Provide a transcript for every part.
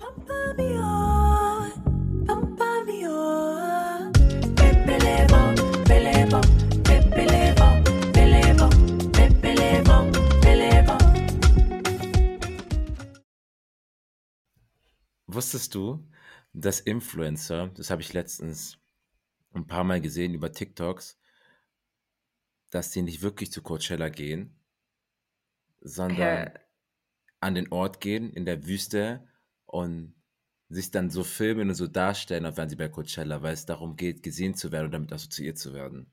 Wusstest du, dass Influencer, das habe ich letztens ein paar Mal gesehen über TikToks, dass die nicht wirklich zu Coachella gehen, Hä? sondern an den Ort gehen in der Wüste und sich dann so filmen und so darstellen, als wären sie bei Coachella, weil es darum geht, gesehen zu werden und damit assoziiert zu werden.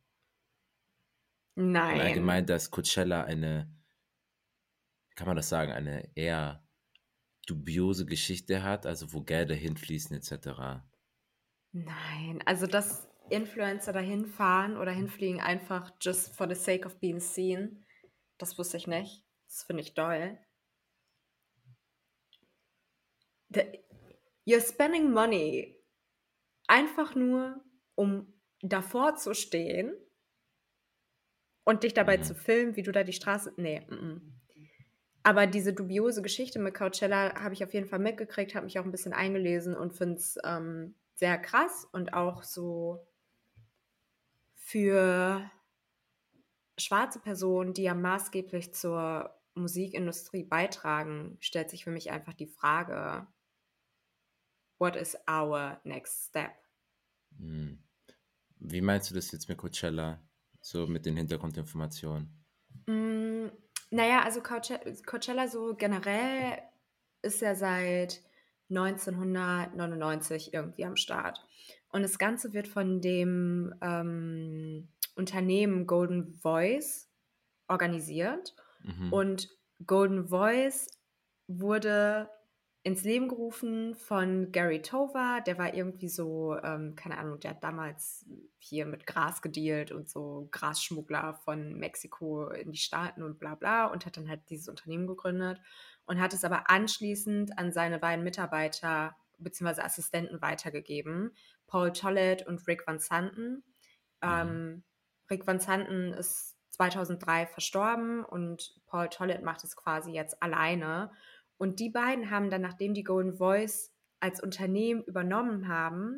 Und Nein. allgemein, dass Coachella eine, wie kann man das sagen, eine eher dubiose Geschichte hat, also wo Gelder hinfließen etc. Nein. Also, dass Influencer dahin fahren oder hinfliegen, einfach just for the sake of being seen, das wusste ich nicht. Das finde ich doll. You're spending money einfach nur, um davor zu stehen und dich dabei zu filmen, wie du da die Straße. Nee. Aber diese dubiose Geschichte mit Coachella habe ich auf jeden Fall mitgekriegt, habe mich auch ein bisschen eingelesen und finde es sehr krass und auch so für schwarze Personen, die ja maßgeblich zur Musikindustrie beitragen, stellt sich für mich einfach die Frage, what is our next step? Wie meinst du das jetzt mit Coachella? So mit den Hintergrundinformationen? Naja, also Coachella so generell ist ja seit 1999 irgendwie am Start. Und das Ganze wird von dem Unternehmen Golden Voice organisiert. Und Golden Voice wurde ins Leben gerufen von Gary Tova, der war irgendwie so, keine Ahnung, der hat damals hier mit Gras gedealt und so Grasschmuggler von Mexiko in die Staaten und bla bla und hat dann halt dieses Unternehmen gegründet und hat es aber anschließend an seine beiden Mitarbeiter bzw. Assistenten weitergegeben, Paul Tollett und Rick Van Santen. Rick Van Santen ist 2003 verstorben und Paul Tollett macht es quasi jetzt alleine. Und die beiden haben dann, nachdem die Golden Voice als Unternehmen übernommen haben,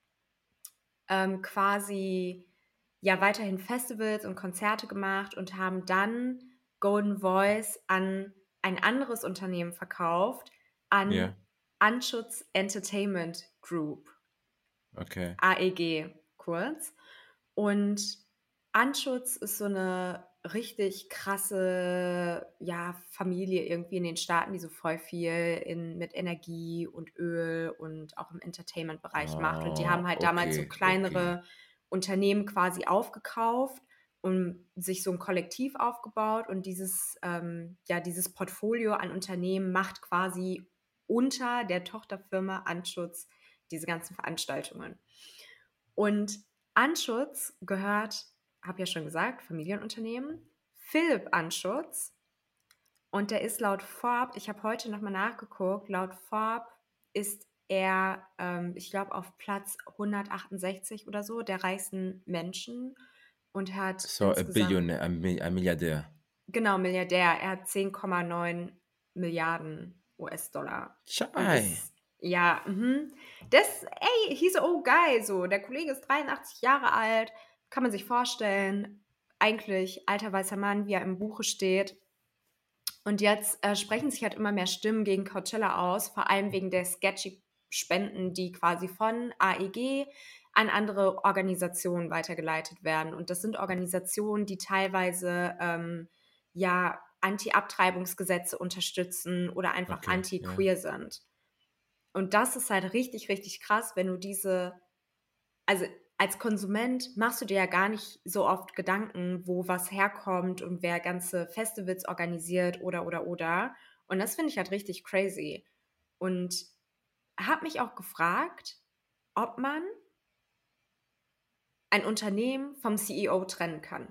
quasi ja weiterhin Festivals und Konzerte gemacht und haben dann Golden Voice an ein anderes Unternehmen verkauft, an Ja, Anschutz Entertainment Group. okay. AEG kurz. Und Anschutz ist so eine richtig krasse Familie irgendwie in den Staaten, die so voll viel mit Energie und Öl und auch im Entertainment-Bereich macht. Und die haben halt damals so Okay. kleinere Unternehmen quasi aufgekauft und sich so ein Kollektiv aufgebaut. Und dieses Portfolio an Unternehmen macht quasi unter der Tochterfirma Anschutz diese ganzen Veranstaltungen. Und Anschutz gehört, habe ja schon gesagt, Familienunternehmen, Philipp Anschutz. Und der ist laut Forbes, ich habe heute nochmal nachgeguckt, laut Forbes ist er, ich glaube, auf Platz 168 oder so der reichsten Menschen und hat So, ein insgesamt, Billionär, ein Milliardär. genau, Milliardär, er hat 10,9 Milliarden US-Dollar. Und Schei. ist, ja, he's an old guy, so. Der Kollege ist 83 Jahre alt, kann man sich vorstellen. Eigentlich alter weißer Mann, wie er im Buche steht. Und jetzt sprechen sich halt immer mehr Stimmen gegen Coachella aus, vor allem wegen der sketchy Spenden, die quasi von AEG an andere Organisationen weitergeleitet werden. Und das sind Organisationen, die teilweise Anti-Abtreibungsgesetze unterstützen oder einfach Okay, anti-queer sind. Und das ist halt richtig, richtig krass, wenn du also als Konsument machst du dir ja gar nicht so oft Gedanken, wo was herkommt und wer ganze Festivals organisiert oder. Und das finde ich halt richtig crazy. Und habe mich auch gefragt, ob man ein Unternehmen vom CEO trennen kann.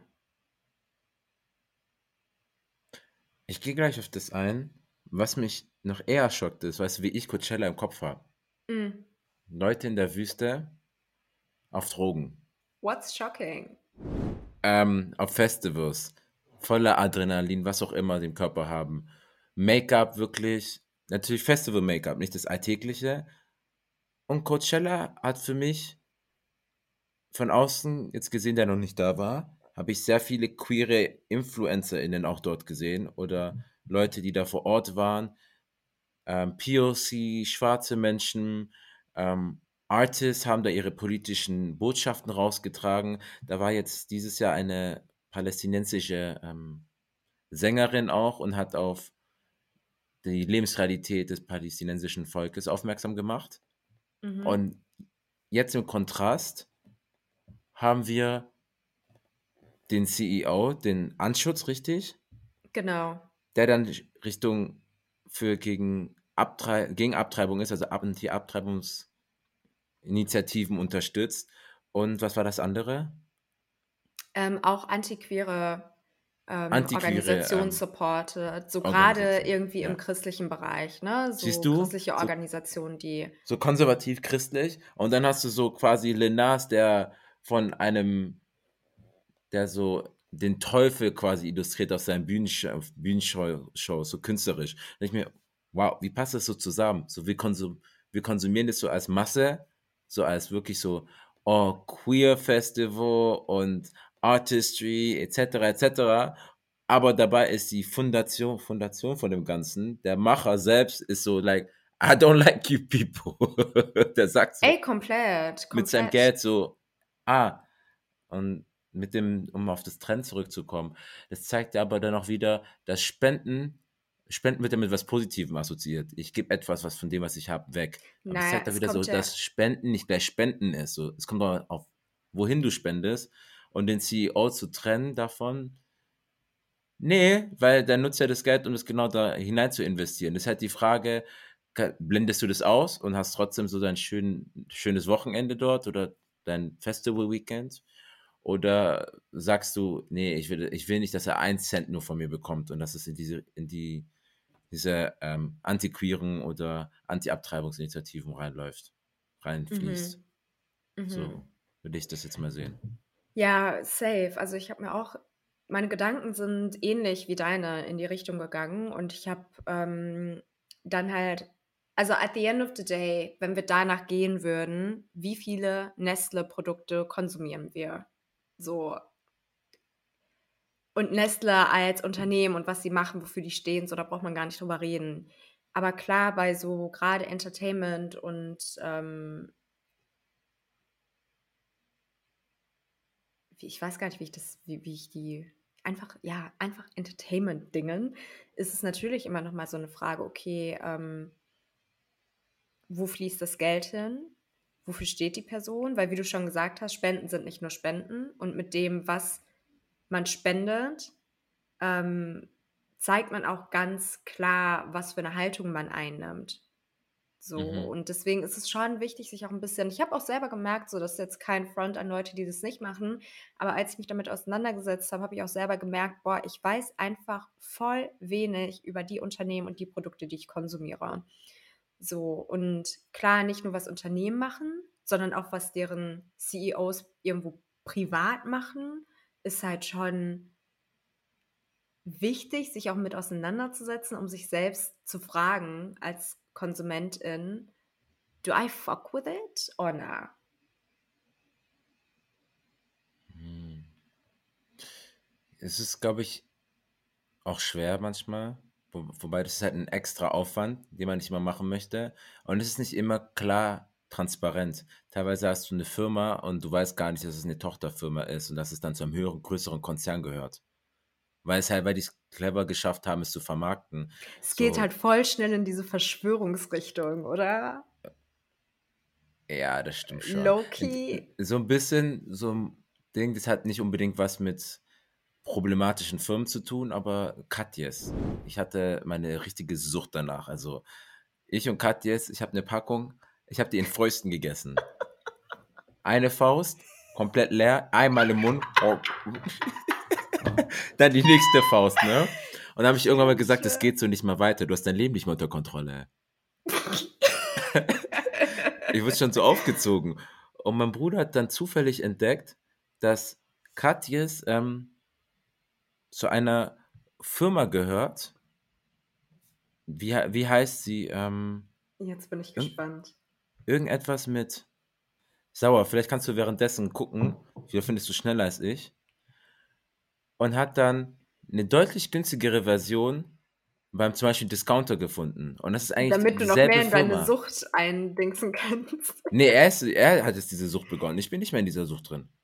Ich gehe gleich auf das ein. Was mich noch eher schockt ist, weißt du, wie ich Coachella im Kopf habe. Leute in der Wüste auf Drogen, What's shocking? auf Festivals, voller Adrenalin, was auch immer sie im Körper haben. Make-up wirklich natürlich Festival-Make-up, nicht das Alltägliche. Und Coachella hat für mich von außen jetzt gesehen, der noch nicht da war, habe ich sehr viele queere InfluencerInnen auch dort gesehen oder Leute, die da vor Ort waren, POC, schwarze Menschen, Artists haben da ihre politischen Botschaften rausgetragen. Da war jetzt dieses Jahr eine palästinensische Sängerin auch und hat auf die Lebensrealität des palästinensischen Volkes aufmerksam gemacht. Mhm. Und jetzt im Kontrast haben wir den CEO, den Anschutz, richtig? Genau. Der dann Richtung gegen Abtreibung ist, also Anti-Abtreibungsinitiativen unterstützt. Und was war das andere? Auch antiqueere Antiqueere Organisationen supportet, so gerade Organisation. irgendwie im Ja. christlichen Bereich, ne? Siehst So du? christliche So, Organisationen, die. so konservativ-christlich. Und dann hast du so quasi Lenas, der von einem, der so den Teufel quasi illustriert auf seinen Bühnenshows, so künstlerisch. Da denk ich mir, wow, wie passt das so zusammen? So, wir konsumieren das so als Masse, so als wirklich so, oh, Queer Festival und Artistry, etc., etc. Aber dabei ist die Fundation von dem Ganzen, der Macher selbst ist so like, I don't like you people. Der sagt so Ey, komplett, mit seinem komplett. Geld so, ah, und mit dem, um auf das Trend zurückzukommen, das zeigt ja aber dann auch wieder, dass Spenden wird ja mit was Positivem assoziiert. Ich gebe etwas, was von dem, was ich habe, weg. Aber es Naja, zeigt da es wieder so, kommt ja. dass Spenden nicht gleich Spenden ist. So, es kommt auch auf, wohin du spendest. Und den CEO zu trennen davon, nee, weil der nutzt ja das Geld, um es genau da hinein zu investieren. Das ist halt die Frage, blendest du das aus und hast trotzdem so dein schönes Wochenende dort oder dein Festival-Weekend? Oder sagst du, nee, ich will nicht, dass er 1 Cent nur von mir bekommt und dass es diese antiqueeren oder Anti-Abtreibungsinitiativen reinfließt. Mhm. Mhm. So würde ich das jetzt mal sehen. Ja, safe. Also ich habe mir auch, meine Gedanken sind ähnlich wie deine in die Richtung gegangen und ich habe dann halt, also at the end of the day, wenn wir danach gehen würden, wie viele Nestle-Produkte konsumieren wir? So. Und Nestle als Unternehmen und was sie machen, wofür die stehen, so, da braucht man gar nicht drüber reden. Aber klar, bei so gerade Entertainment und ich weiß gar nicht, wie ich die einfach, ja, einfach Entertainment-Dingen, ist es natürlich immer noch mal so eine Frage, okay, wo fließt das Geld hin? Wofür steht die Person? Weil, wie du schon gesagt hast, Spenden sind nicht nur Spenden und mit dem, was man spendet, zeigt man auch ganz klar, was für eine Haltung man einnimmt. So, Mhm. und deswegen ist es schon wichtig, sich auch ein bisschen, ich habe auch selber gemerkt, so, das ist jetzt kein Front an Leute, die das nicht machen, aber als ich mich damit auseinandergesetzt habe, habe ich auch selber gemerkt, boah, ich weiß einfach voll wenig über die Unternehmen und die Produkte, die ich konsumiere. So, und klar, nicht nur was Unternehmen machen, sondern auch was deren CEOs irgendwo privat machen, ist halt schon wichtig, sich auch mit auseinanderzusetzen, um sich selbst zu fragen als Konsumentin: „Do I fuck with it or not?" Hm. Es ist, glaube ich, auch schwer manchmal, wobei das ist halt ein extra Aufwand, den man nicht immer machen möchte. Und es ist nicht immer klar transparent. Teilweise hast du eine Firma und du weißt gar nicht, dass es eine Tochterfirma ist und dass es dann zu einem höheren, größeren Konzern gehört. Weil die es clever geschafft haben, es zu vermarkten. Es geht So, halt voll schnell in diese Verschwörungsrichtung, oder? ja, das stimmt schon. Und Low-key. so ein bisschen, so ein Ding, das hat nicht unbedingt was mit problematischen Firmen zu tun, aber Katjes. Ich hatte meine richtige Sucht danach. Also ich und Katjes, ich habe eine Packung, ich habe die in Fäusten gegessen. Eine Faust, komplett leer, einmal im Mund, oh, dann die nächste Faust, ne? Und dann habe ich irgendwann mal gesagt, das geht so nicht mehr weiter, du hast dein Leben nicht mehr unter Kontrolle. Ich wurde schon so aufgezogen. Und mein Bruder hat dann zufällig entdeckt, dass Katjes zu einer Firma gehört, wie heißt sie? Jetzt bin ich Irgend, gespannt. irgendetwas mit Sauer. Vielleicht kannst du währenddessen gucken. Vielleicht findest du schneller als ich. Und hat dann eine deutlich günstigere Version beim zum Beispiel Discounter gefunden. Und das ist eigentlich Damit du noch dieselbe mehr in deine Firma. Sucht eindingsen kannst. Nee, er hat jetzt diese Sucht begonnen. Ich bin nicht mehr in dieser Sucht drin.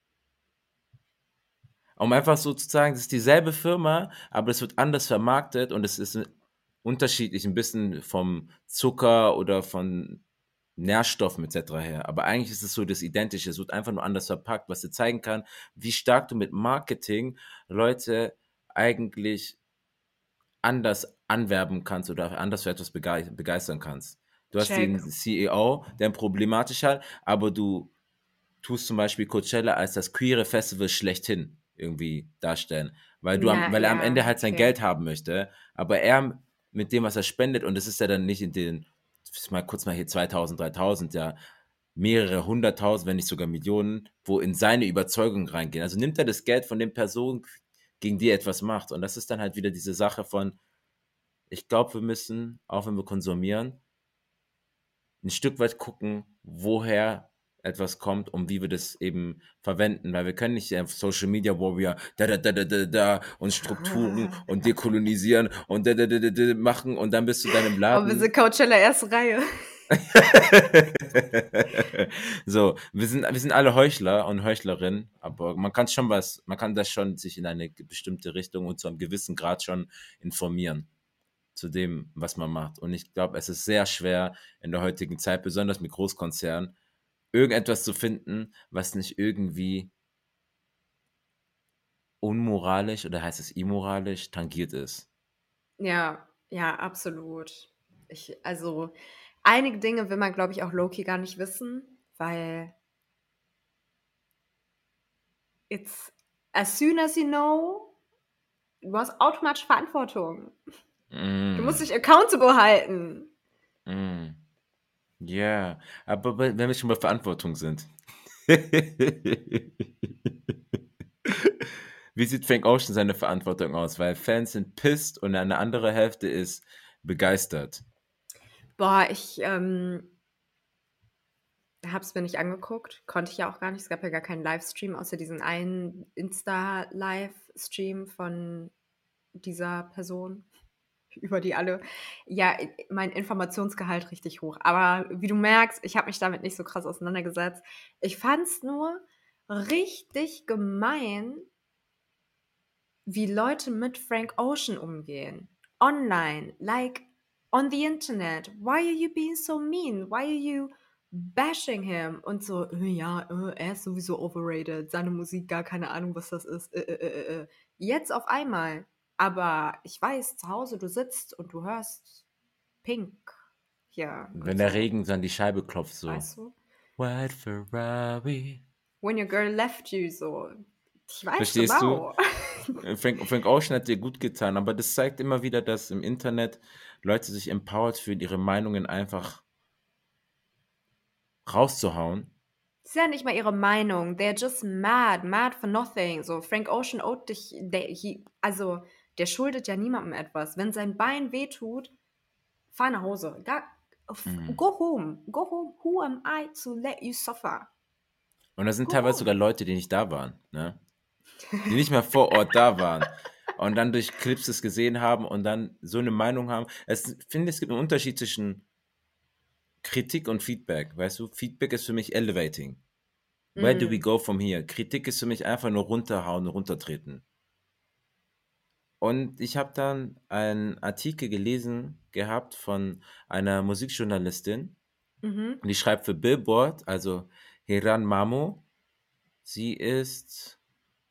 Um einfach so zu sagen, das ist dieselbe Firma, aber es wird anders vermarktet und es ist unterschiedlich ein bisschen vom Zucker oder von Nährstoffen etc. her. Aber eigentlich ist es so das Identische. Es wird einfach nur anders verpackt, was dir zeigen kann, wie stark du mit Marketing Leute eigentlich anders anwerben kannst oder anders für etwas begeistern kannst. Du hast Check. den CEO, der ein problematisch hat, aber du tust zum Beispiel Coachella als das queere Festival schlechthin irgendwie darstellen, Ja, weil er am Ende ja, halt sein okay. Geld haben möchte, aber er mit dem, was er spendet, und das ist ja dann nicht in den, mal kurz mal hier 2000, 3000, ja, mehrere hunderttausend, wenn nicht sogar Millionen, wo in seine Überzeugung reingehen. Also nimmt er das Geld von den Personen, gegen die er etwas macht. Und das ist dann halt wieder diese Sache von, ich glaube, wir müssen, auch wenn wir konsumieren, ein Stück weit gucken, woher etwas kommt und wie wir das eben verwenden, weil wir können nicht auf Social Media Warrior und Strukturen und dekolonisieren und machen und dann bist du dann im Aber wir Laden. sind Coachella erste Reihe. So, wir sind alle Heuchler und Heuchlerinnen, aber man kann das schon sich in eine bestimmte Richtung und zu einem gewissen Grad schon informieren zu dem, was man macht. Und ich glaube, es ist sehr schwer in der heutigen Zeit, besonders mit Großkonzernen, irgendetwas zu finden, was nicht irgendwie unmoralisch oder heißt es immoralisch tangiert ist. Ja, ja, absolut. Also, einige Dinge will man, glaube ich, auch Loki gar nicht wissen, weil it's as soon as you know, du hast automatisch Verantwortung. Du musst Mm, dich accountable halten. mm, ja, aber wenn wir schon bei Verantwortung sind. Wie sieht Frank Ocean seine Verantwortung aus? Weil Fans sind pissed und eine andere Hälfte ist begeistert. Boah, ich habe es mir nicht angeguckt. Konnte ich ja auch gar nicht. Es gab ja gar keinen Livestream, außer diesen einen Insta-Livestream von dieser Person, über die alle. Ja, mein Informationsgehalt richtig hoch. Aber wie du merkst, ich habe mich damit nicht so krass auseinandergesetzt. Ich fand es nur richtig gemein, wie Leute mit Frank Ocean umgehen. Online, like on the internet. Why are you being so mean? Why are you bashing him? Und so, ja, er ist sowieso overrated. Seine Musik, gar keine Ahnung, was das ist. Jetzt auf einmal. Aber ich weiß, zu Hause, du sitzt und du hörst Pink. Ja, Wenn und der so. Regen so an die Scheibe klopft, so. Weißt du? White Ferrari. When your girl left you, so. Ich weiß Verstehst du? genau. Frank Ocean hat dir gut getan, aber das zeigt immer wieder, dass im Internet Leute sich empowered fühlen, ihre Meinungen einfach rauszuhauen. Das ist ja nicht mal ihre Meinung. They're just mad, mad for nothing. So, Frank Ocean owed dich, also, der schuldet ja niemandem etwas. Wenn sein Bein wehtut, fahr nach Hause. Mhm. Go home. Go home. Who am I to let you suffer? Und da sind Go teilweise home. sogar Leute, die nicht da waren, ne? Die nicht mehr vor Ort da waren. Und dann durch Clips es gesehen haben und dann so eine Meinung haben. Ich finde, es gibt einen Unterschied zwischen Kritik und Feedback. Weißt du, Feedback ist für mich elevating. Where do we Mm. go from here? Kritik ist für mich einfach nur runterhauen, runtertreten. Und ich habe dann einen Artikel gelesen gehabt von einer Musikjournalistin, Mhm. die schreibt für Billboard, also Hiran Mamo. Sie ist,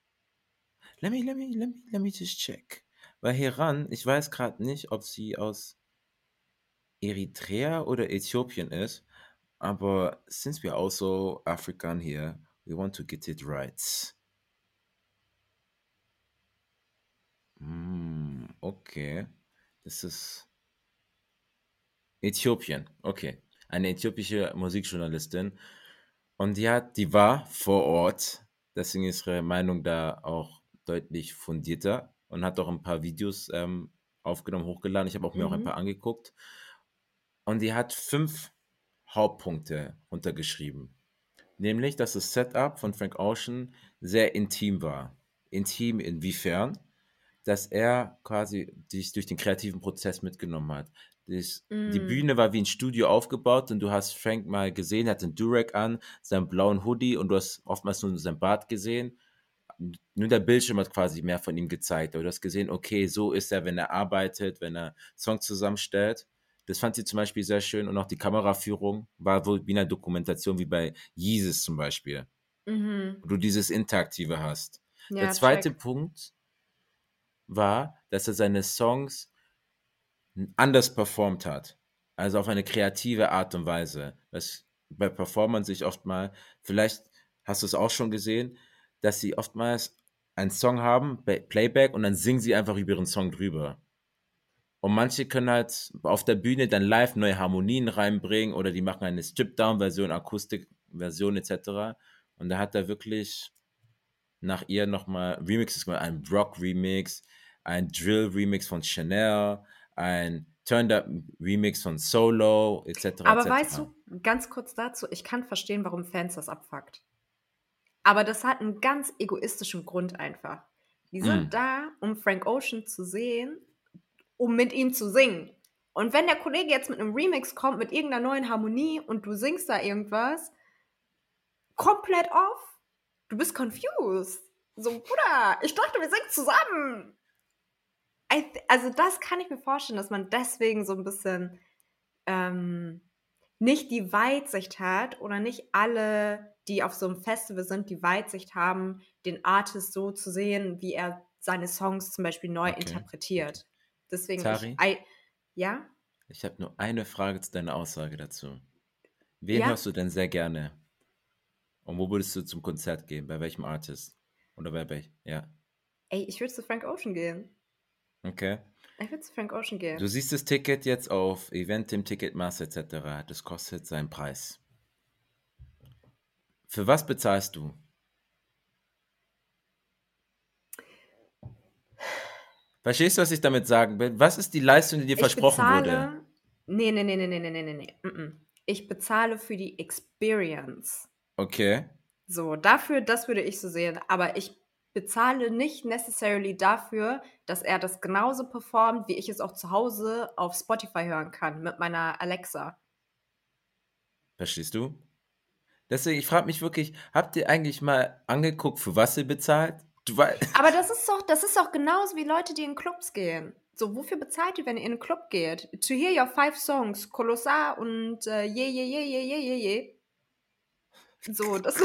let me just check. Weil Hiran, ich weiß gerade nicht, ob sie aus Eritrea oder Äthiopien ist, aber since we're also African here, we want to get it right. Okay. Das ist Äthiopien, okay. Eine äthiopische Musikjournalistin. Und die war vor Ort, deswegen ist ihre Meinung da auch deutlich fundierter und hat auch ein paar Videos aufgenommen, hochgeladen. Ich habe auch mir auch ein Mhm. paar angeguckt. Und die hat 5 Hauptpunkte runtergeschrieben. Nämlich, dass das Setup von Frank Ocean sehr intim war. Intim inwiefern? Dass er quasi dich durch den kreativen Prozess mitgenommen hat. Die Mm. Bühne war wie ein Studio aufgebaut und du hast Frank mal gesehen, er hat einen Durag an, seinen blauen Hoodie und du hast oftmals nur sein Bart gesehen. Nur der Bildschirm hat quasi mehr von ihm gezeigt. Aber du hast gesehen, okay, so ist er, wenn er arbeitet, wenn er Songs zusammenstellt. Das fand sie zum Beispiel sehr schön und auch die Kameraführung war wohl wie in einer Dokumentation, wie bei Jesus zum Beispiel, Mhm. wo du dieses Interaktive hast. Der Ja, zweite check. Punkt war, dass er seine Songs anders performt hat. Also auf eine kreative Art und Weise. Das bei Performern sich oft mal, vielleicht hast du es auch schon gesehen, dass sie oftmals einen Song haben, Playback, und dann singen sie einfach über ihren Song drüber. Und manche können halt auf der Bühne dann live neue Harmonien reinbringen oder die machen eine Strip-Down-Version, Akustik-Version etc. Und da hat er wirklich nach ihr nochmal Remixes gemacht, ein Brock-Remix, ein Drill-Remix von Chanel, ein Turned-Up-Remix von Solo, etc. Aber weißt etc. du, ganz kurz dazu, ich kann verstehen, warum Fans das abfuckt. Aber das hat einen ganz egoistischen Grund einfach. Die sind Mm, da, um Frank Ocean zu sehen, um mit ihm zu singen. Und wenn der Kollege jetzt mit einem Remix kommt, mit irgendeiner neuen Harmonie und du singst da irgendwas, komplett off, du bist confused. So, Bruder, ich dachte, wir singen zusammen. Also das kann ich mir vorstellen, dass man deswegen so ein bisschen ähm, nicht die Weitsicht hat oder nicht alle, die auf so einem Festival sind, die Weitsicht haben, den Artist so zu sehen, wie er seine Songs zum Beispiel neu okay, okay. interpretiert. Deswegen, Tari, ja, ich habe nur eine Frage zu deiner Aussage dazu. Wen ja, hörst du denn sehr gerne? Und wo würdest du zum Konzert gehen? Bei welchem Artist? Oder bei welchem? Ja, ey, ich würde zu Frank Ocean gehen. okay. Ich würde zu Frank Ocean Du gehen. siehst das Ticket jetzt auf Eventim, Ticketmaster etc. Das kostet seinen Preis. Für was bezahlst du? Verstehst du, was ich damit sagen will? Was ist die Leistung, die dir Ich versprochen wurde? bezahle. Nee, nee, nee, nee, nee, nee, nee, nee, nee. Mm-mm. Ich bezahle für die Experience. Okay. So, dafür, das würde ich so sehen. Aber ich bezahle nicht necessarily dafür, dass er das genauso performt, wie ich es auch zu Hause auf Spotify hören kann mit meiner Alexa. Verstehst du? Deswegen, ich frage mich wirklich, habt ihr eigentlich mal angeguckt, für was ihr bezahlt? Du weißt, Aber das ist doch genauso wie Leute, die in Clubs gehen. So, wofür bezahlt ihr, wenn ihr in einen Club geht? To hear your 5 songs, Kolossar und je, je, je, je, je, je, je. So, das.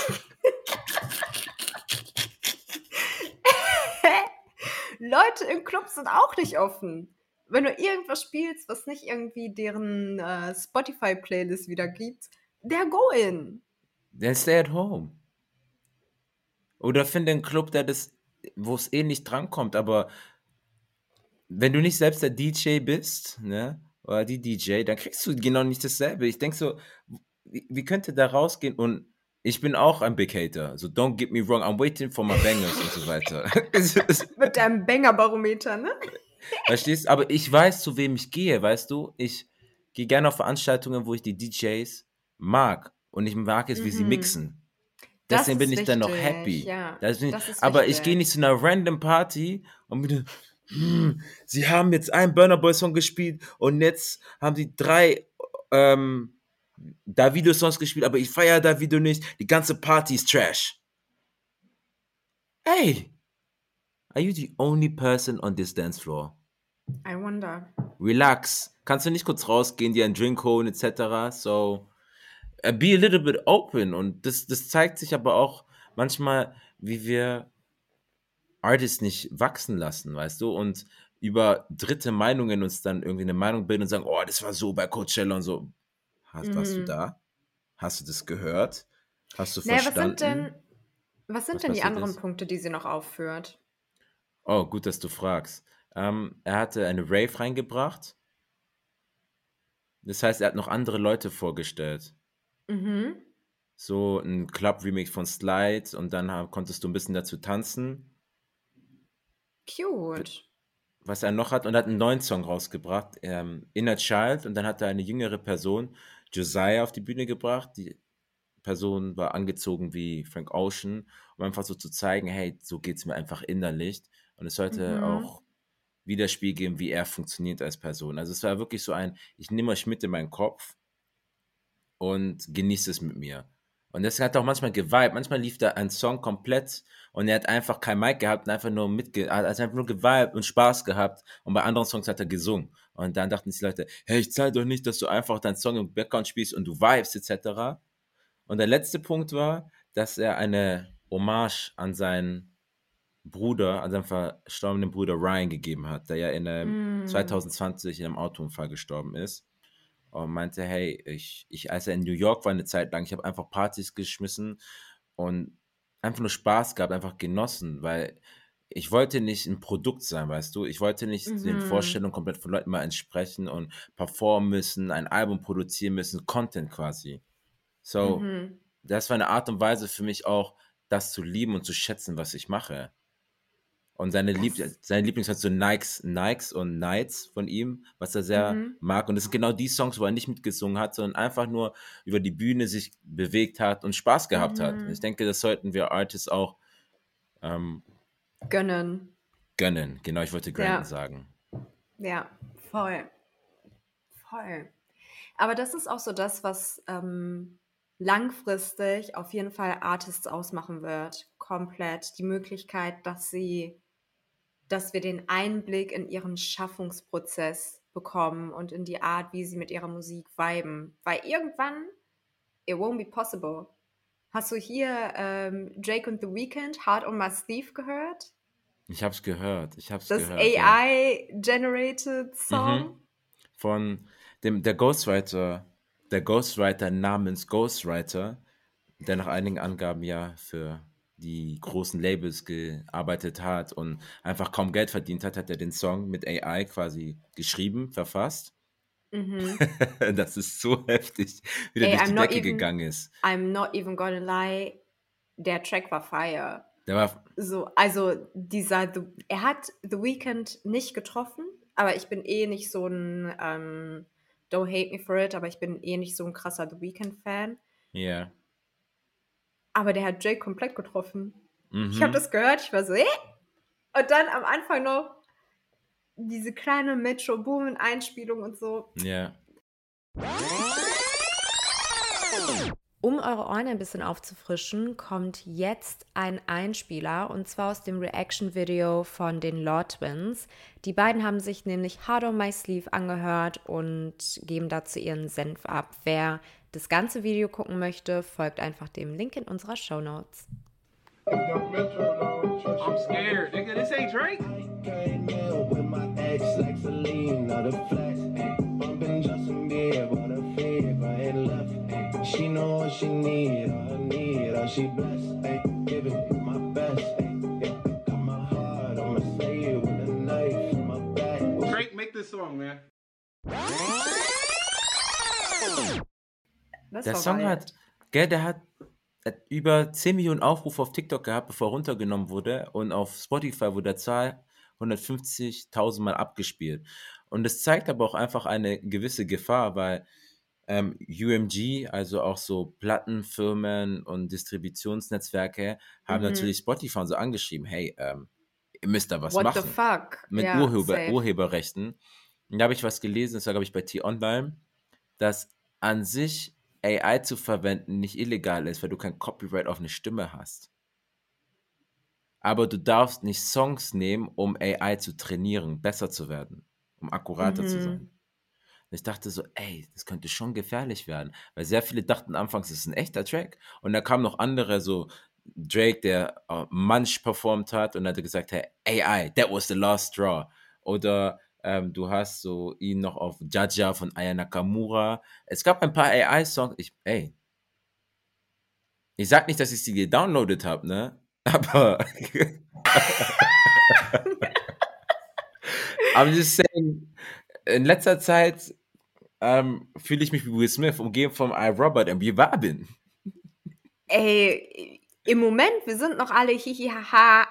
Leute im Club sind auch nicht offen. Wenn du irgendwas spielst, was nicht irgendwie deren Spotify-Playlist wiedergibt, they're going. then stay at home. Oder finde einen Club, wo es eh nicht drankommt. Aber wenn du nicht selbst der DJ bist, ne, oder die DJ, dann kriegst du genau nicht dasselbe. Ich denke so, wie könnte da rausgehen? Und ich bin auch ein Big Hater. So, don't get me wrong, I'm waiting for my bangers und so weiter. Mit deinem Banger-Barometer, ne? Verstehst? Aber ich weiß, zu wem ich gehe, weißt du? Ich gehe gerne auf Veranstaltungen, wo ich die DJs mag. Und ich mag es, wie sie Mhm. mixen. Das Deswegen bin ist ich dann noch wichtig, happy. ja. Deswegen, Das ist aber ich gehe wichtig. nicht zu einer random Party und bin, sie haben jetzt einen Burna Boy Song gespielt und jetzt haben sie 3 Davido Songs gespielt, aber ich feiere Davido nicht. Die ganze Party ist Trash. Hey, are you the only person on this dance floor? I wonder. Relax. Kannst du nicht kurz rausgehen, dir einen Drink holen, etc. So, be a little bit open. Und das zeigt sich aber auch manchmal, wie wir Artists nicht wachsen lassen, weißt du? Und über dritte Meinungen uns dann irgendwie eine Meinung bilden und sagen, oh, das war so bei Coachella und so. Warst du Mhm. da? Hast du das gehört? Hast du Naja, verstanden, was sind was denn die passiert anderen ist? Punkte, die sie noch aufführt? Oh, gut, dass du fragst. Er hatte eine Rave reingebracht. Das heißt, er hat noch andere Leute vorgestellt. Mhm. So ein Club-Remix von Slide und dann konntest du ein bisschen dazu tanzen. Cute. was er noch hat, und hat einen neuen Song rausgebracht, Inner Child, und dann hat er eine jüngere Person, Josiah, auf die Bühne gebracht. Die Person war angezogen wie Frank Ocean, um einfach so zu zeigen, hey, so geht's mir einfach innerlich. Und es sollte Mhm. auch widerspiegeln, wie er funktioniert als Person. Also es war wirklich so ich nehme euch mit in meinen Kopf und genießt es mit mir. Und das hat auch manchmal geweibt. Manchmal lief da ein Song komplett und er hat einfach kein Mic gehabt und einfach nur also einfach nur geweibt und Spaß gehabt. Und bei anderen Songs hat er gesungen. Und dann dachten die Leute, hey, ich zahle doch nicht, dass du einfach deinen Song im Background spielst und du vibest etc. Und der letzte Punkt war, dass er eine Hommage an seinen Bruder, an seinen verstorbenen Bruder Ryan gegeben hat, der ja in Mm. 2020 in einem Autounfall gestorben ist. Und meinte, hey, als er in New York war eine Zeit lang, ich habe einfach Partys geschmissen und einfach nur Spaß gehabt, einfach genossen, weil ich wollte nicht ein Produkt sein, weißt du? Ich wollte nicht den Mhm. Vorstellungen komplett von Leuten mal entsprechen und performen müssen, ein Album produzieren müssen, Content quasi. So, Mhm. das war eine Art und Weise für mich auch, das zu lieben und zu schätzen, was ich mache. Und Das. seine Lieblings hat so Nikes und Nights von ihm, was er sehr Mhm. mag. Und das sind genau die Songs, wo er nicht mitgesungen hat, sondern einfach nur über die Bühne sich bewegt hat und Spaß gehabt hat. Und ich Mhm. denke, das sollten wir Artists auch ähm, Gönnen. gönnen. Genau, ich wollte granten Ja, sagen. ja, voll. Voll. Aber das ist auch so das, was langfristig auf jeden Fall Artists ausmachen wird. Komplett. Die Möglichkeit, dass wir den Einblick in ihren Schaffungsprozess bekommen und in die Art, wie sie mit ihrer Musik viben. Weil irgendwann, it won't be possible. Hast du hier Drake und The Weeknd, Hard on My Sleeve gehört? Ich hab's Das gehört, ja. AI-generated Mhm. Song? Von der Ghostwriter namens Ghostwriter, der nach einigen Angaben ja für die großen Labels gearbeitet hat und einfach kaum Geld verdient hat, hat er den Song mit AI quasi geschrieben, verfasst. Mhm. Das ist so heftig, wie der Ey, durch die Decke gegangen ist. I'm not even gonna lie, der Track war fire. Der war, So, also er hat The Weeknd nicht getroffen, aber ich bin eh nicht so ein, don't hate me for it, aber ich bin eh nicht so ein krasser The Weeknd-Fan. ja, Aber der hat Drake komplett getroffen. Ich habe mhm, das gehört, ich war so, Und dann am Anfang noch diese kleine Metro Boomin-Einspielung und so. ja. Um eure Ohren ein bisschen aufzufrischen, kommt jetzt ein Einspieler und zwar aus dem Reaction-Video von den Law Twins. Die beiden haben sich nämlich Hard on My Sleeve angehört und geben dazu ihren Senf ab. Wer das ganze Video gucken möchte, folgt einfach dem Link in unserer Shownotes. I'm scared, nigga. This ain't Drake. She know what she need, all I need, all she blessed, ayy, give it my best, ayy, got my heart, I'ma say it with a knife in my back. Drake, make this song, man. Das Der war Song wild. hat über 10 Millionen Aufrufe auf TikTok gehabt, bevor er runtergenommen wurde. Und auf Spotify wurde der Zahl 150.000 Mal abgespielt. Und es zeigt aber auch einfach eine gewisse Gefahr, weil UMG, also auch so Plattenfirmen und Distributionsnetzwerke, haben Mhm. natürlich Spotify und so angeschrieben, hey, ihr müsst da was What the machen fuck? mit Ja, safe. Urheberrechten. Und da habe ich was gelesen, das war, glaube ich, bei T-Online, dass an sich AI zu verwenden nicht illegal ist, weil du kein Copyright auf eine Stimme hast. Aber du darfst nicht Songs nehmen, um AI zu trainieren, besser zu werden, um akkurater zu sein. Mhm. Und ich dachte so, ey, das könnte schon gefährlich werden, weil sehr viele dachten anfangs, es ist ein echter Track. Und da kamen noch andere, so Drake, der Munch performt hat und hat gesagt, hey, AI, that was the last straw. Oder du hast so ihn noch auf Jaja von Aya Nakamura. Es gab ein paar AI-Songs. Ich sag nicht, dass ich sie gedownloadet habe, ne? Aber I'm just saying, in letzter Zeit fühle ich mich wie Will Smith, umgeben vom iRobot und wir wabbeln. Ey, Im Moment, wir sind noch alle hihi haha,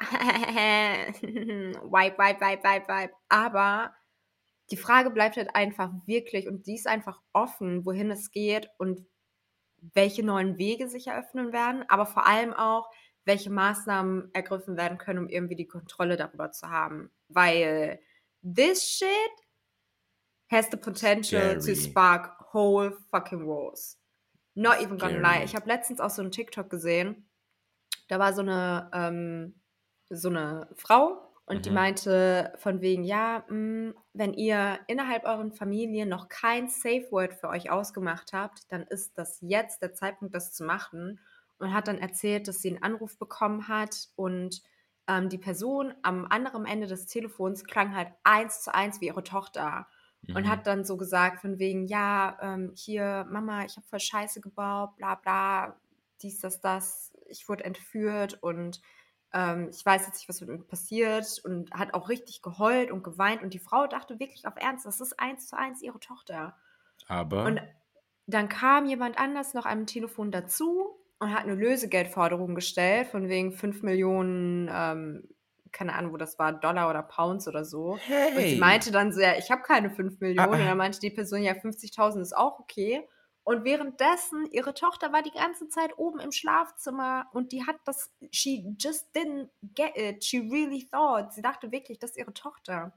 Vibe. Aber die Frage bleibt halt einfach wirklich, und die ist einfach offen, wohin es geht und welche neuen Wege sich eröffnen werden, aber vor allem auch, welche Maßnahmen ergriffen werden können, um irgendwie die Kontrolle darüber zu haben. Weil this shit has the potential to spark whole fucking wars. Not even gonna lie. Ich habe letztens auch so einen TikTok gesehen, da war so eine Frau und die meinte von wegen, ja, wenn ihr innerhalb euren Familien noch kein Safe Word für euch ausgemacht habt, dann ist das jetzt der Zeitpunkt, das zu machen. Und hat dann erzählt, dass sie einen Anruf bekommen hat und die Person am anderen Ende des Telefons klang halt 1:1 wie ihre Tochter. Und hat dann so gesagt von wegen, ja, hier, Mama, ich habe voll Scheiße gebaut, bla bla, dies, das, ich wurde entführt und ich weiß jetzt nicht, was mit mir passiert, und hat auch richtig geheult und geweint und die Frau dachte wirklich auf Ernst, das ist 1:1 ihre Tochter. Aber Und dann kam jemand anders noch am Telefon dazu und hat eine Lösegeldforderung gestellt von wegen 5 Millionen, keine Ahnung, wo das war, Dollar oder Pounds oder so. Hey. Und sie meinte dann so, ja, ich habe keine 5 Millionen. Und dann meinte die Person, ja, 50.000 ist auch okay. Und währenddessen, ihre Tochter war die ganze Zeit oben im Schlafzimmer und die hat das, she just didn't get it. She really thought. Sie dachte wirklich, das ist ihre Tochter.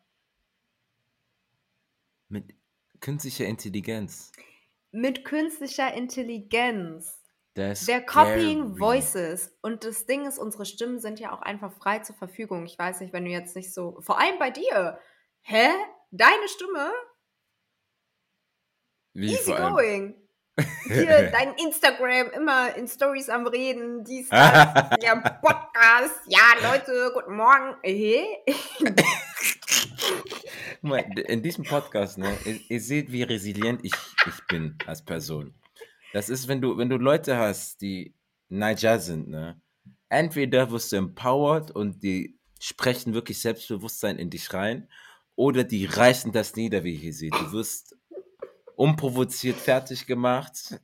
mit künstlicher Intelligenz. Mit künstlicher Intelligenz. That's They're copying scary. voices. Und das Ding ist, unsere Stimmen sind ja auch einfach frei zur Verfügung. Ich weiß nicht, wenn du jetzt nicht so, vor allem bei dir. Hä? Deine Stimme? Wie Easy vor allem? going. Hier, dein Instagram, immer in Stories am Reden, dies, das, ja, Podcast, ja, Leute, guten Morgen. Guck mal, in diesem Podcast, ne, ihr seht, wie resilient ich bin als Person. Das ist, wenn du Leute hast, die Niger sind, ne, entweder wirst du empowered und die sprechen wirklich Selbstbewusstsein in dich rein, oder die reißen das nieder, wie ihr hier seht. Du wirst unprovoziert fertig gemacht.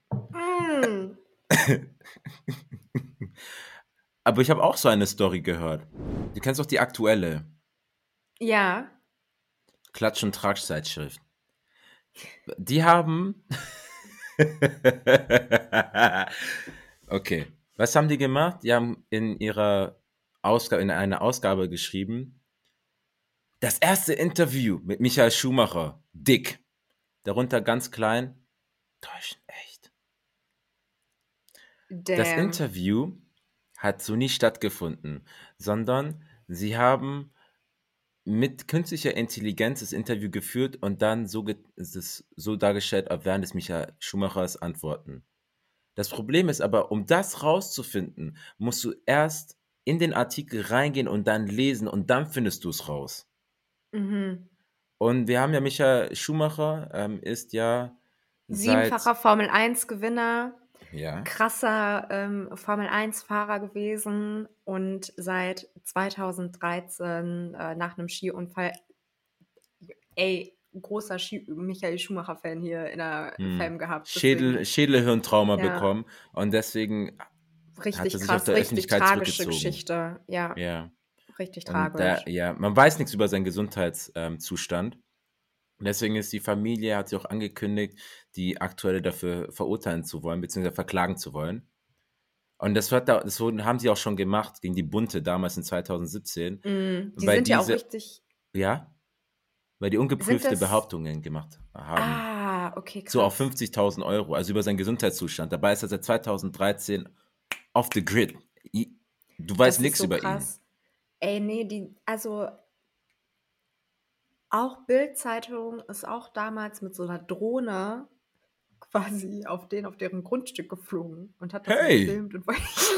Aber ich habe auch so eine Story gehört. Du kennst doch die aktuelle Ja. Klatsch- und Tratsch-Zeitschrift. Die haben... Okay. Was haben die gemacht? Die haben in einer Ausgabe geschrieben, das erste Interview mit Michael Schumacher, dick. Darunter ganz klein, täuschend echt. Damn. Das Interview hat so nie stattgefunden, sondern sie haben mit künstlicher Intelligenz das Interview geführt und dann ist es so dargestellt, als wären es Michael Schumachers Antworten. Das Problem ist aber, um das rauszufinden, musst du erst in den Artikel reingehen und dann lesen und dann findest du es raus. Und wir haben ja Michael Schumacher, ist ja 7-facher Formel-1-Gewinner, ja. krasser Formel-1-Fahrer gewesen und seit 2013 nach einem Skiunfall, großer Michael Schumacher-Fan hier in der Fan gehabt. Schädelhirntrauma bekommen und deswegen richtig hat er sich krass, aus der richtig Öffentlichkeit tragische zurückgezogen. Geschichte. Ja. Richtig tragisch. Man weiß nichts über seinen Gesundheitszustand. Deswegen ist die Familie, hat sie auch angekündigt, die aktuelle dafür verurteilen zu wollen, beziehungsweise verklagen zu wollen. Und das haben sie auch schon gemacht gegen die Bunte damals in 2017. Die sind ja auch richtig... Ja, weil die ungeprüfte Behauptungen gemacht haben. Ah, okay, krass. So auf 50.000 €, also über seinen Gesundheitszustand. Dabei ist er seit 2013 off the grid. Du weißt nichts so über krass. Ihn. Ey, nee, auch Bild-Zeitung ist auch damals mit so einer Drohne quasi auf deren Grundstück geflogen und hat das gefilmt. Und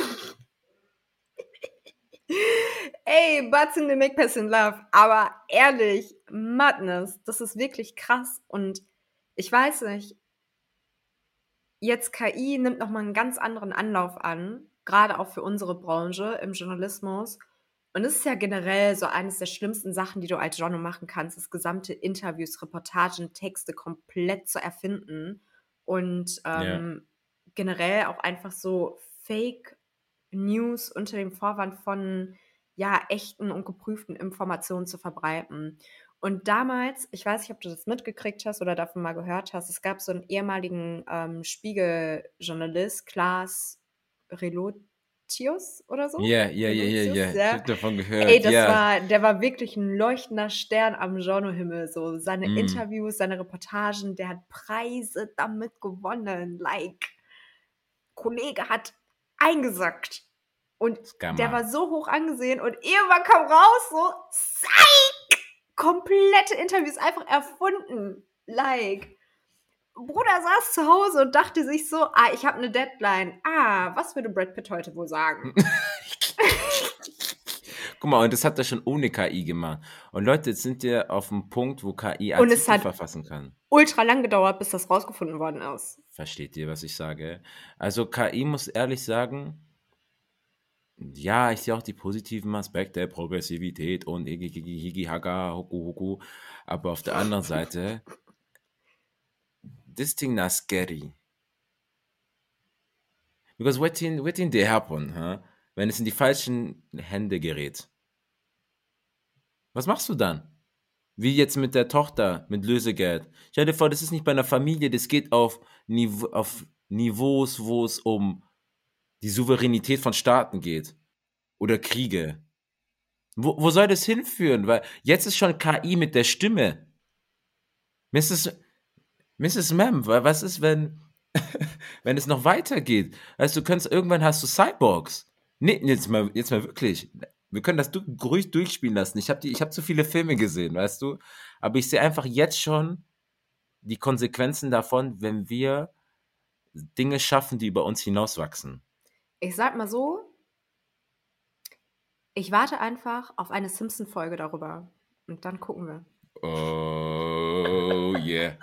ey, Butts in the make person love. Aber ehrlich, Madness, das ist wirklich krass. Und ich weiß nicht, jetzt KI nimmt nochmal einen ganz anderen Anlauf an, gerade auch für unsere Branche im Journalismus. Und es ist ja generell so eines der schlimmsten Sachen, die du als Journal machen kannst, ist gesamte Interviews, Reportagen, Texte komplett zu erfinden und generell auch einfach so Fake News unter dem Vorwand von echten und geprüften Informationen zu verbreiten. Und damals, ich weiß nicht, ob du das mitgekriegt hast oder davon mal gehört hast, es gab so einen ehemaligen Spiegel-Journalist, Klaas Relotius oder so. Ja. Relotius, Ich habe davon gehört. Ey, der war wirklich ein leuchtender Stern am Genrehimmel. So seine Interviews, seine Reportagen, der hat Preise damit gewonnen. Like, Kollege hat eingesackt. Und der war so hoch angesehen und irgendwann kam raus, so, Psych! Komplette Interviews einfach erfunden. Like, Bruder saß zu Hause und dachte sich so, ich habe eine Deadline. Was würde Brad Pitt heute wohl sagen? Guck mal, und das hat er schon ohne KI gemacht. Und Leute, jetzt sind wir auf dem Punkt, wo KI Artikel verfassen kann. Ultra lang gedauert, bis das rausgefunden worden ist. Versteht ihr, was ich sage? Also KI muss ehrlich sagen, ja, ich sehe auch die positiven Aspekte, Progressivität und higi haga, hoku, aber auf der anderen Seite, this thing not scary. Because what thing they happen, huh? Wenn es in die falschen Hände gerät. Was machst du dann? Wie jetzt mit der Tochter, mit Lösegeld. Stell dir vor, das ist nicht bei einer Familie, das geht auf Niveaus, wo es um die Souveränität von Staaten geht. Oder Kriege. Wo soll das hinführen? Weil jetzt ist schon KI mit der Stimme. Mrs. Mem, was ist, wenn es noch weitergeht? Also irgendwann hast du Cyborgs. Nee, jetzt mal wirklich. Wir können das ruhig durchspielen lassen. Ich hab zu viele Filme gesehen, weißt du? Aber ich sehe einfach jetzt schon die Konsequenzen davon, wenn wir Dinge schaffen, die über uns hinauswachsen. Ich sag mal so, ich warte einfach auf eine Simpson-Folge darüber. Und dann gucken wir. Oh, yeah.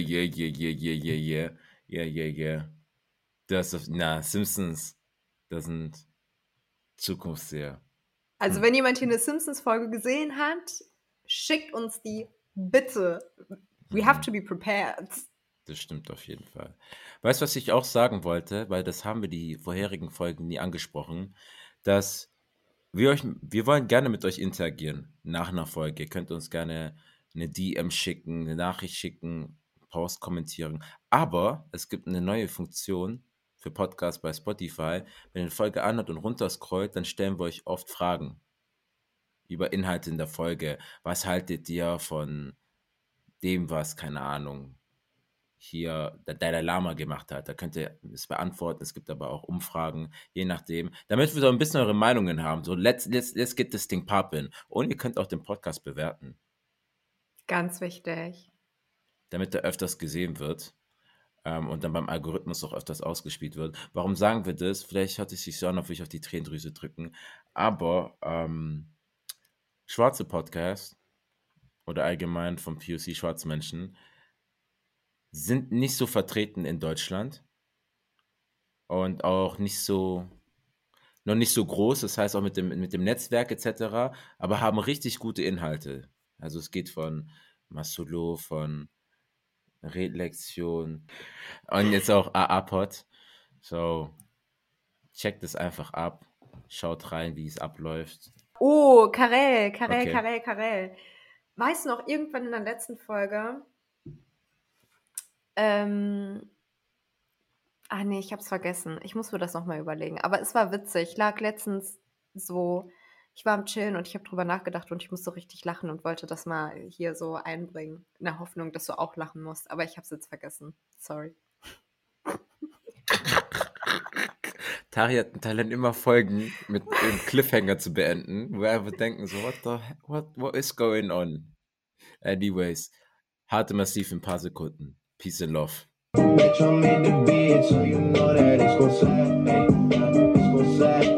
Simpsons, das sind Zukunftsseher. Also wenn jemand hier eine Simpsons-Folge gesehen hat, schickt uns die bitte. We have to be prepared. Das stimmt auf jeden Fall. Weißt du, was ich auch sagen wollte? Weil das haben wir die vorherigen Folgen nie angesprochen, dass wir wollen gerne mit euch interagieren nach einer Folge. Ihr könnt uns gerne eine DM schicken, eine Nachricht schicken, Post kommentieren. Aber es gibt eine neue Funktion für Podcasts bei Spotify. Wenn ihr eine Folge anhört und runterscrollt, dann stellen wir euch oft Fragen über Inhalte in der Folge. Was haltet ihr von dem, was, keine Ahnung, hier der Dalai Lama gemacht hat? Da könnt ihr es beantworten. Es gibt aber auch Umfragen, je nachdem. Damit wir so ein bisschen eure Meinungen haben. So, let's get this thing poppin'. Und ihr könnt auch den Podcast bewerten. Ganz wichtig. Damit er öfters gesehen wird. Und dann beim Algorithmus auch öfters ausgespielt wird. Warum sagen wir das? Vielleicht hört es sich so an, ob wir auf die Tränendrüse drücken. Aber schwarze Podcasts oder allgemein vom POC schwarze Menschen sind nicht so vertreten in Deutschland und auch noch nicht so groß, das heißt auch mit dem Netzwerk etc., aber haben richtig gute Inhalte. Also es geht von Masolo, von Redlektion und jetzt auch AA-Pod. So, checkt es einfach ab, schaut rein, wie es abläuft. Oh, Karel. Weißt du noch, irgendwann in der letzten Folge, ich hab's vergessen. Ich muss mir das nochmal überlegen. Aber es war witzig. Ich lag letztens so, ich war am Chillen und ich habe drüber nachgedacht und ich musste richtig lachen und wollte das mal hier so einbringen. In der Hoffnung, dass du auch lachen musst. Aber ich hab's jetzt vergessen. Sorry. Tari hat ein Talent, immer Folgen mit einem Cliffhanger zu beenden, wo wir einfach denken so, what is going on? Anyways, harte Massiv in ein paar Sekunden. Peace and love. Bitch, I made the beat, so you know that it's gon' slap, it's gon' slap.